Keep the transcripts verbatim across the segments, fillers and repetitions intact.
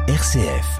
R C F.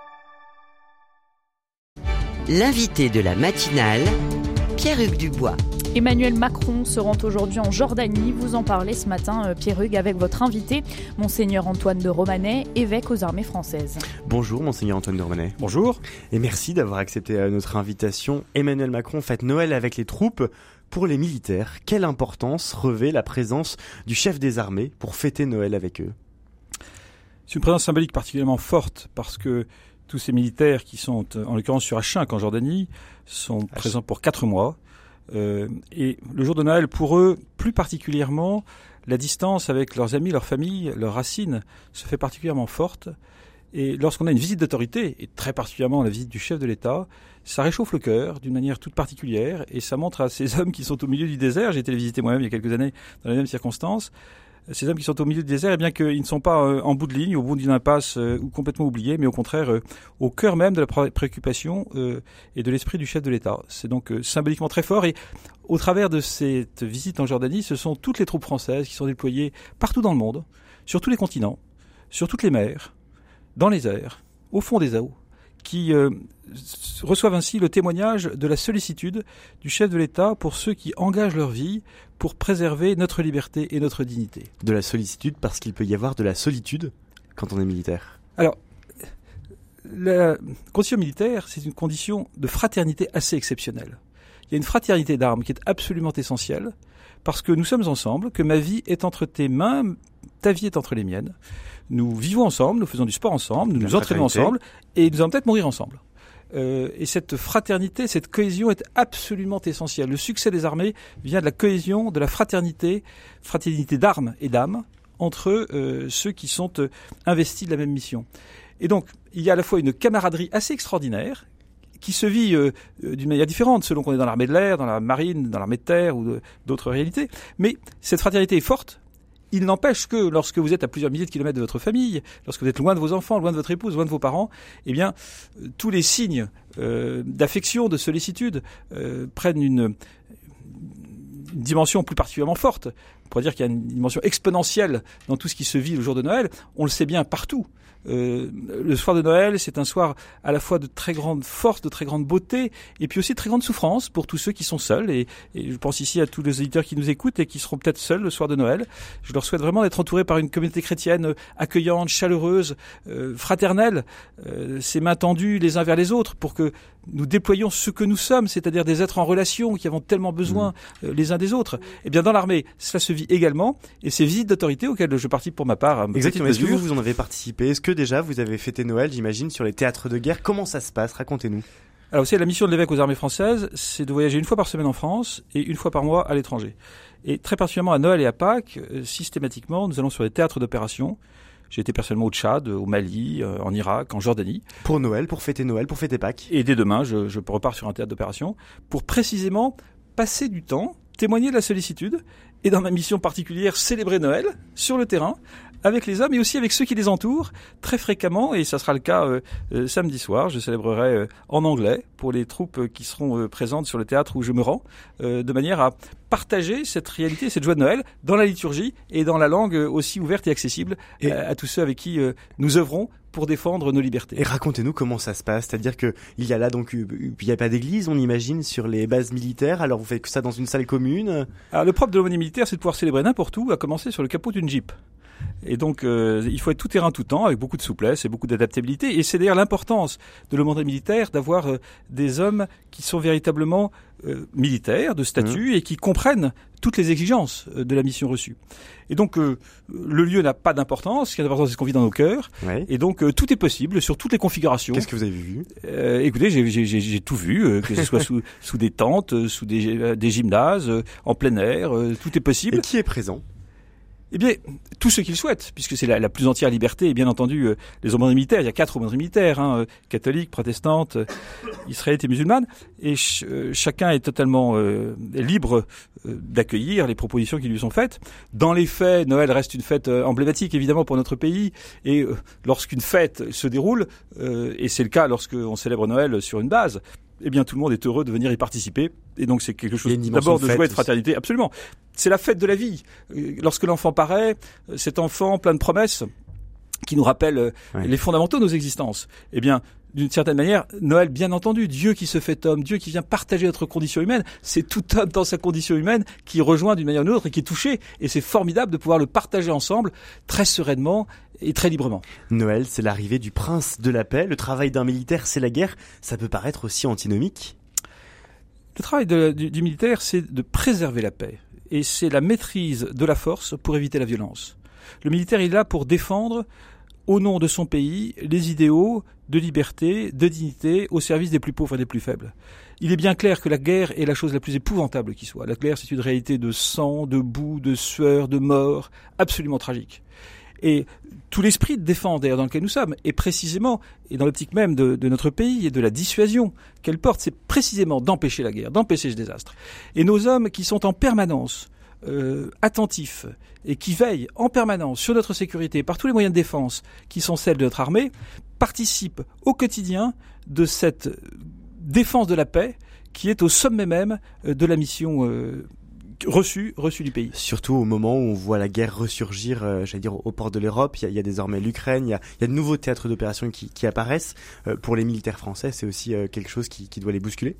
L'invité de la matinale, Pierre-Hugues Dubois. Emmanuel Macron se rend aujourd'hui en Jordanie. Vous en parlez ce matin, Pierre-Hugues, avec votre invité, Monseigneur Antoine de Romanet, évêque aux armées françaises. Bonjour, Monseigneur Antoine de Romanet. Bonjour. Et merci d'avoir accepté notre invitation. Emmanuel Macron fête Noël avec les troupes. Pour les militaires, quelle importance revêt la présence du chef des armées pour fêter Noël avec eux ? C'est une présence symbolique particulièrement forte parce que tous ces militaires qui sont, en l'occurrence sur H cinq en Jordanie, sont H... présents pour quatre mois. Euh, et le jour de Noël, pour eux, plus particulièrement, la distance avec leurs amis, leurs familles, leurs racines se fait particulièrement forte. Et lorsqu'on a une visite d'autorité, et très particulièrement la visite du chef de l'État, ça réchauffe le cœur d'une manière toute particulière et ça montre à ces hommes qui sont au milieu du désert, j'ai été les visiter moi-même il y a quelques années dans les mêmes circonstances, ces hommes qui sont au milieu du désert, eh bien qu'ils ne sont pas euh, en bout de ligne, au bout d'une impasse euh, ou complètement oubliés, mais au contraire euh, au cœur même de la pré- préoccupation euh, et de l'esprit du chef de l'État. C'est donc euh, symboliquement très fort et au travers de cette visite en Jordanie, ce sont toutes les troupes françaises qui sont déployées partout dans le monde, sur tous les continents, sur toutes les mers, dans les airs, au fond des eaux, qui euh, reçoivent ainsi le témoignage de la sollicitude du chef de l'État pour ceux qui engagent leur vie pour préserver notre liberté et notre dignité. De la sollicitude parce qu'il peut y avoir de la solitude quand on est militaire. Alors, la condition militaire, c'est une condition de fraternité assez exceptionnelle. Il y a une fraternité d'armes qui est absolument essentielle parce que nous sommes ensemble, que ma vie est entre tes mains, ta vie est entre les miennes. Nous vivons ensemble, nous faisons du sport ensemble, nous la nous entraînons ensemble et nous allons peut-être mourir ensemble. Euh, et cette fraternité, cette cohésion est absolument essentielle. Le succès des armées vient de la cohésion, de la fraternité, fraternité d'armes et d'âmes entre euh, ceux qui sont euh, investis de la même mission. Et donc, il y a à la fois une camaraderie assez extraordinaire qui se vit euh, d'une manière différente selon qu'on est dans l'armée de l'air, dans la marine, dans l'armée de terre ou de, d'autres réalités. Mais cette fraternité est forte. Il n'empêche que lorsque vous êtes à plusieurs milliers de kilomètres de votre famille, lorsque vous êtes loin de vos enfants, loin de votre épouse, loin de vos parents, eh bien, euh, tous les signes euh, d'affection, de sollicitude euh, prennent une, une dimension plus particulièrement forte. On pourrait dire qu'il y a une dimension exponentielle dans tout ce qui se vit le jour de Noël. On le sait bien partout. Euh, le soir de Noël, c'est un soir à la fois de très grande force, de très grande beauté, et puis aussi de très grande souffrance pour tous ceux qui sont seuls. Et, et je pense ici à tous les auditeurs qui nous écoutent et qui seront peut-être seuls le soir de Noël. Je leur souhaite vraiment d'être entourés par une communauté chrétienne accueillante, chaleureuse, euh, fraternelle, euh, ses mains tendues les uns vers les autres, pour que nous déployions ce que nous sommes, c'est-à-dire des êtres en relation qui avons tellement besoin euh, les uns des autres. Eh bien, dans l'armée, cela se vit également, et ces visites d'autorité auxquelles je participe pour ma part. À Exactement. Est-ce que vous, vous en avez participé ? Est-ce que déjà vous avez fêté Noël, j'imagine, sur les théâtres de guerre ? Comment ça se passe ? Racontez-nous. Alors, vous savez, la mission de l'évêque aux armées françaises, c'est de voyager une fois par semaine en France et une fois par mois à l'étranger. Et très particulièrement à Noël et à Pâques, euh, systématiquement, nous allons sur les théâtres d'opération. J'ai été personnellement au Tchad, au Mali, euh, en Irak, en Jordanie. Pour Noël, pour fêter Noël, pour fêter Pâques. Et dès demain, je, je repars sur un théâtre d'opération pour précisément passer du temps, témoigner de la sollicitude et dans ma mission particulière, célébrer Noël sur le terrain avec les hommes et aussi avec ceux qui les entourent très fréquemment, et ça sera le cas euh, euh, samedi soir. Je célébrerai euh, en anglais pour les troupes euh, qui seront euh, présentes sur le théâtre où je me rends, euh, de manière à partager cette réalité, cette joie de Noël dans la liturgie et dans la langue euh, aussi ouverte et accessible et euh, à tous ceux avec qui euh, nous œuvrons pour défendre nos libertés. Et racontez-nous comment ça se passe, c'est-à-dire que il y a là donc il n'y a pas d'église, on imagine, sur les bases militaires. Alors vous faites que ça dans une salle commune. Alors le propre de l'aumônier militaire, c'est de pouvoir célébrer n'importe où, à commencer sur le capot d'une Jeep. Et donc, euh, il faut être tout terrain, tout temps, avec beaucoup de souplesse et beaucoup d'adaptabilité. Et c'est d'ailleurs l'importance de l'aumônerie militaire d'avoir euh, des hommes qui sont véritablement euh, militaires, de statut, mmh. et qui comprennent toutes les exigences euh, de la mission reçue. Et donc, euh, le lieu n'a pas d'importance. Ce qui a d'importance, c'est ce qu'on vit dans nos cœurs. Ouais. Et donc, euh, tout est possible sur toutes les configurations. Qu'est-ce que vous avez vu ? euh, Écoutez, j'ai, j'ai, j'ai, j'ai tout vu, euh, que ce soit sous, sous des tentes, euh, sous des, euh, des gymnases, euh, en plein air, euh, tout est possible. Et qui est présent ? Eh bien, tous ceux qui le souhaitent, puisque c'est la, la plus entière liberté, et bien entendu, euh, les aumôneries militaires, il y a quatre aumôneries militaires, hein, euh, catholiques, protestantes, euh, israélites et musulmanes, et ch- euh, chacun est totalement euh, libre euh, d'accueillir les propositions qui lui sont faites. Dans les faits, Noël reste une fête euh, emblématique, évidemment, pour notre pays, et euh, lorsqu'une fête se déroule, euh, et c'est le cas lorsqu'on célèbre Noël sur une base, eh bien tout le monde est heureux de venir y participer. Et donc c'est quelque chose d'abord de, de joie et de fraternité. Absolument. C'est la fête de la vie. Lorsque l'enfant paraît, cet enfant plein de promesses, qui nous rappelle euh, Ouais. les fondamentaux de nos existences. Eh bien, d'une certaine manière, Noël, bien entendu, Dieu qui se fait homme, Dieu qui vient partager notre condition humaine, c'est tout homme dans sa condition humaine qui rejoint d'une manière ou d'une autre et qui est touché. Et c'est formidable de pouvoir le partager ensemble très sereinement et très librement. Noël, c'est l'arrivée du prince de la paix. Le travail d'un militaire, c'est la guerre. Ça peut paraître aussi antinomique. Le travail de, du, du militaire, c'est de préserver la paix. Et c'est la maîtrise de la force pour éviter la violence. Le militaire est là pour défendre, au nom de son pays, les idéaux de liberté, de dignité, au service des plus pauvres et des plus faibles. Il est bien clair que la guerre est la chose la plus épouvantable qui soit. La guerre, c'est une réalité de sang, de boue, de sueur, de mort, absolument tragique. Et tout l'esprit de défense d'ailleurs dans lequel nous sommes, et précisément, et dans l'optique même de, de notre pays et de la dissuasion qu'elle porte, c'est précisément d'empêcher la guerre, d'empêcher ce désastre. Et nos hommes qui sont en permanence euh, attentifs et qui veillent en permanence sur notre sécurité par tous les moyens de défense qui sont celles de notre armée, participent au quotidien de cette défense de la paix qui est au sommet même de la mission euh, reçue, reçue du pays. Surtout au moment où on voit la guerre ressurgir, euh, j'allais dire, aux portes de l'Europe. Il y a, il y a désormais l'Ukraine, il y a, il y a de nouveaux théâtres d'opération qui, qui apparaissent. Euh, pour les militaires français, c'est aussi euh, quelque chose qui, qui doit les bousculer.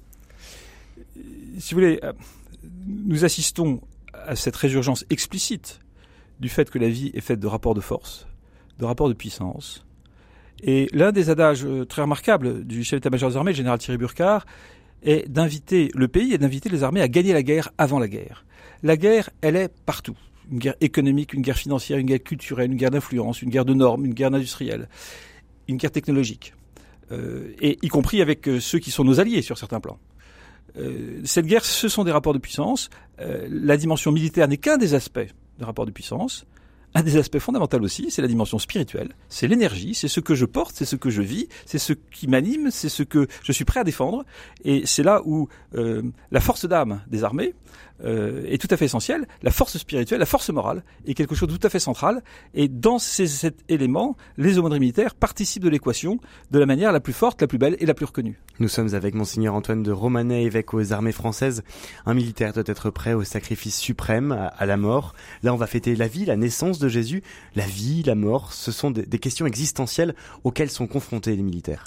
Si vous voulez, euh, nous assistons à cette résurgence explicite du fait que la vie est faite de rapports de force, de rapports de puissance. Et l'un des adages très remarquables du chef d'état-major des armées, le général Thierry Burkhardt, est d'inviter le pays et d'inviter les armées à gagner la guerre avant la guerre. La guerre, elle est partout. Une guerre économique, une guerre financière, une guerre culturelle, une guerre d'influence, une guerre de normes, une guerre industrielle, une guerre technologique. Euh, et y compris avec euh, ceux qui sont nos alliés sur certains plans. Euh, cette guerre, ce sont des rapports de puissance. Euh, la dimension militaire n'est qu'un des aspects des rapports de puissance. Un des aspects fondamentaux aussi, c'est la dimension spirituelle. C'est l'énergie, c'est ce que je porte, c'est ce que je vis, c'est ce qui m'anime, c'est ce que je suis prêt à défendre. Et c'est là où euh, la force d'âme des armées euh, est tout à fait essentielle. La force spirituelle, la force morale est quelque chose de tout à fait central. Et dans ces, cet élément, les aumôneries militaires participent de l'équation de la manière la plus forte, la plus belle et la plus reconnue. Nous sommes avec Monseigneur Antoine de Romanet, évêque aux armées françaises. Un militaire doit être prêt au sacrifice suprême, à, à la mort. Là, on va fêter la vie, la naissance de Jésus. La vie, la mort, ce sont des, des questions existentielles auxquelles sont confrontés les militaires.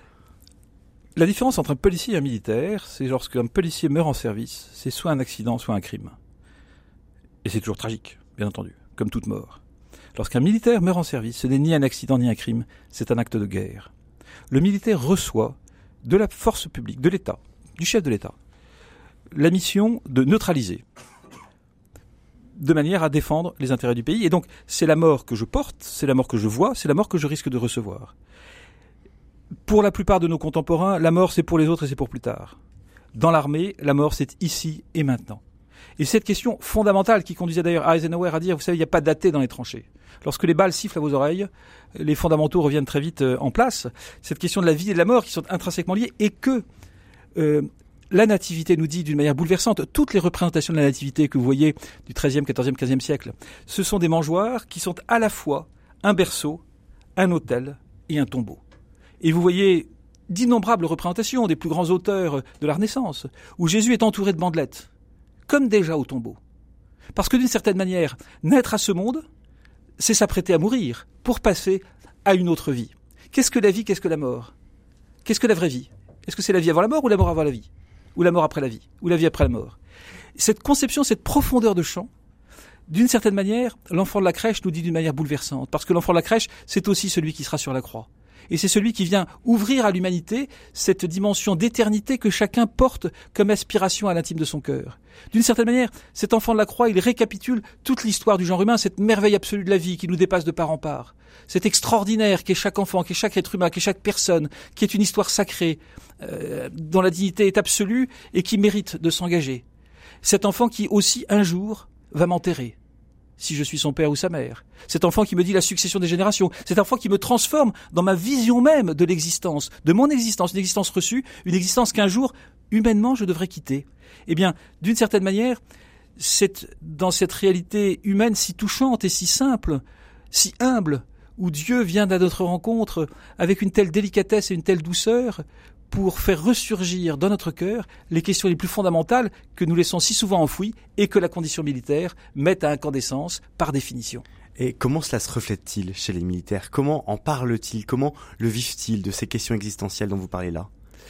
La différence entre un policier et un militaire, c'est lorsqu'un policier meurt en service, c'est soit un accident, soit un crime. Et c'est toujours tragique, bien entendu, comme toute mort. Lorsqu'un militaire meurt en service, ce n'est ni un accident ni un crime, c'est un acte de guerre. Le militaire reçoit de la force publique, de l'État, du chef de l'État, la mission de neutraliser, de manière à défendre les intérêts du pays. Et donc, c'est la mort que je porte, c'est la mort que je vois, c'est la mort que je risque de recevoir. Pour la plupart de nos contemporains, la mort, c'est pour les autres et c'est pour plus tard. Dans l'armée, la mort, c'est ici et maintenant. Et cette question fondamentale qui conduisait d'ailleurs Eisenhower à dire, vous savez, il n'y a pas d'athée dans les tranchées. Lorsque les balles sifflent à vos oreilles, les fondamentaux reviennent très vite en place. Cette question de la vie et de la mort qui sont intrinsèquement liées et que euh, la nativité nous dit d'une manière bouleversante, toutes les représentations de la nativité que vous voyez du treizième, quatorzième, quinzième siècle, ce sont des mangeoires qui sont à la fois un berceau, un autel et un tombeau. Et vous voyez d'innombrables représentations des plus grands auteurs de la Renaissance, où Jésus est entouré de bandelettes, comme déjà au tombeau. Parce que d'une certaine manière, naître à ce monde, c'est s'apprêter à mourir pour passer à une autre vie. Qu'est-ce que la vie, qu'est-ce que la mort? Qu'est-ce que la vraie vie? Est-ce que c'est la vie avant la mort ou la mort avant la vie? Ou la mort après la vie? Ou la vie après la mort? Cette conception, cette profondeur de champ, d'une certaine manière, l'enfant de la crèche nous dit d'une manière bouleversante, parce que l'enfant de la crèche, c'est aussi celui qui sera sur la croix. Et c'est celui qui vient ouvrir à l'humanité cette dimension d'éternité que chacun porte comme aspiration à l'intime de son cœur. D'une certaine manière, cet enfant de la croix, il récapitule toute l'histoire du genre humain, cette merveille absolue de la vie qui nous dépasse de part en part. C'est extraordinaire qu'est chaque enfant, qu'est chaque être humain, qu'est chaque personne, qui est une histoire sacrée, euh, dont la dignité est absolue et qui mérite de s'engager. Cet enfant qui aussi, un jour, va m'enterrer. Si je suis son père ou sa mère. Cet enfant qui me dit la succession des générations. Cet enfant qui me transforme dans ma vision même de l'existence, de mon existence, une existence reçue, une existence qu'un jour, humainement, je devrais quitter. Eh bien, d'une certaine manière, c'est dans cette réalité humaine si touchante et si simple, si humble, où Dieu vient à notre rencontre avec une telle délicatesse et une telle douceur, pour faire ressurgir dans notre cœur les questions les plus fondamentales que nous laissons si souvent enfouies et que la condition militaire met à incandescence par définition. Et comment cela se reflète-t-il chez les militaires? Comment en parlent-ils? Comment le vivent-ils de ces questions existentielles dont vous parlez là?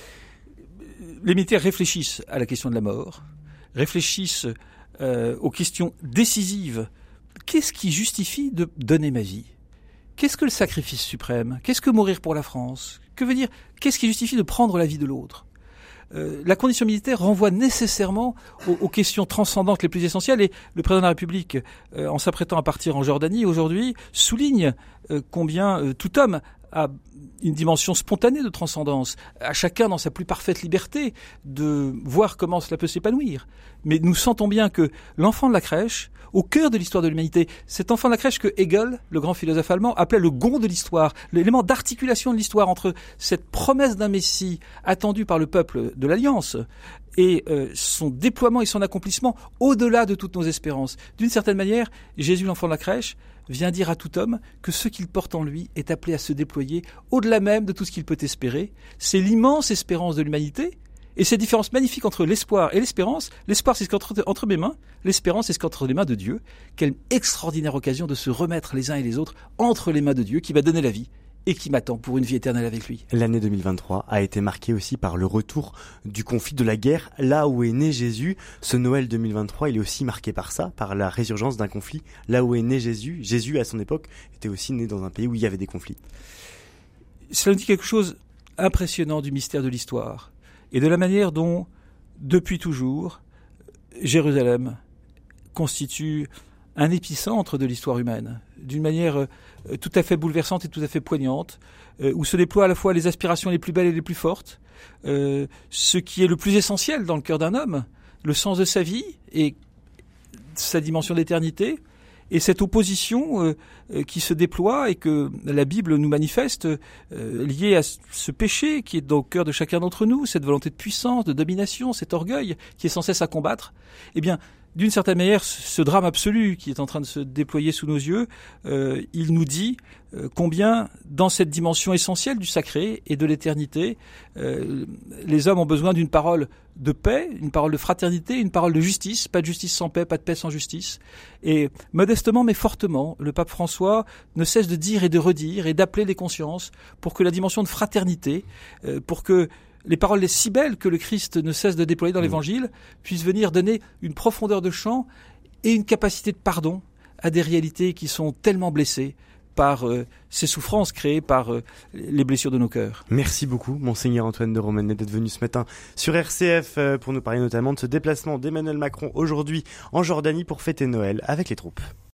Les militaires réfléchissent à la question de la mort, réfléchissent euh, aux questions décisives. Qu'est-ce qui justifie de donner ma vie? Qu'est-ce que le sacrifice suprême? Qu'est-ce que mourir pour la France? Que veut dire? Qu'est-ce qui justifie de prendre la vie de l'autre? Euh, la condition militaire renvoie nécessairement aux, aux questions transcendantes les plus essentielles, et le président de la République, euh, en s'apprêtant à partir en Jordanie aujourd'hui, souligne euh, combien euh, tout homme a une dimension spontanée de transcendance, à chacun dans sa plus parfaite liberté de voir comment cela peut s'épanouir. Mais nous sentons bien que l'enfant de la crèche, au cœur de l'histoire de l'humanité, cet enfant de la crèche que Hegel, le grand philosophe allemand, appelait le gond de l'histoire, l'élément d'articulation de l'histoire entre cette promesse d'un Messie attendu par le peuple de l'Alliance et euh, son déploiement et son accomplissement au-delà de toutes nos espérances. D'une certaine manière, Jésus, l'enfant de la crèche, vient dire à tout homme que ce qu'il porte en lui est appelé à se déployer au-delà même de tout ce qu'il peut espérer. C'est l'immense espérance de l'humanité, et cette différence magnifique entre l'espoir et l'espérance. L'espoir, c'est ce qu'entre entre mes mains, l'espérance, c'est ce qu'entre les mains de Dieu. Quelle extraordinaire occasion de se remettre les uns et les autres entre les mains de Dieu qui va donner la vie et qui m'attend pour une vie éternelle avec lui. L'année deux mille vingt-trois a été marquée aussi par le retour du conflit, de la guerre, là où est né Jésus. Ce Noël deux mille vingt-trois, il est aussi marqué par ça, par la résurgence d'un conflit, là où est né Jésus. Jésus, à son époque, était aussi né dans un pays où il y avait des conflits. Cela nous dit quelque chose d'impressionnant du mystère de l'histoire et de la manière dont, depuis toujours, Jérusalem constitue un épicentre de l'histoire humaine, d'une manière euh, tout à fait bouleversante et tout à fait poignante, euh, où se déploient à la fois les aspirations les plus belles et les plus fortes, euh, ce qui est le plus essentiel dans le cœur d'un homme, le sens de sa vie et sa dimension d'éternité, et cette opposition euh, euh, qui se déploie et que la Bible nous manifeste, euh, liée à ce péché qui est dans le cœur de chacun d'entre nous, cette volonté de puissance, de domination, cet orgueil qui est sans cesse à combattre, eh bien, d'une certaine manière, ce drame absolu qui est en train de se déployer sous nos yeux, euh, il nous dit euh, combien, dans cette dimension essentielle du sacré et de l'éternité, euh, les hommes ont besoin d'une parole de paix, une parole de fraternité, une parole de justice. Pas de justice sans paix, pas de paix sans justice. Et modestement mais fortement, le pape François ne cesse de dire et de redire et d'appeler les consciences pour que la dimension de fraternité, euh, pour que les paroles si belles que le Christ ne cesse de déployer dans l'Évangile puissent venir donner une profondeur de champ et une capacité de pardon à des réalités qui sont tellement blessées par euh, ces souffrances créées par euh, les blessures de nos cœurs. Merci beaucoup, Monseigneur Antoine de Romanet, d'être venu ce matin sur R C F euh, pour nous parler notamment de ce déplacement d'Emmanuel Macron aujourd'hui en Jordanie pour fêter Noël avec les troupes.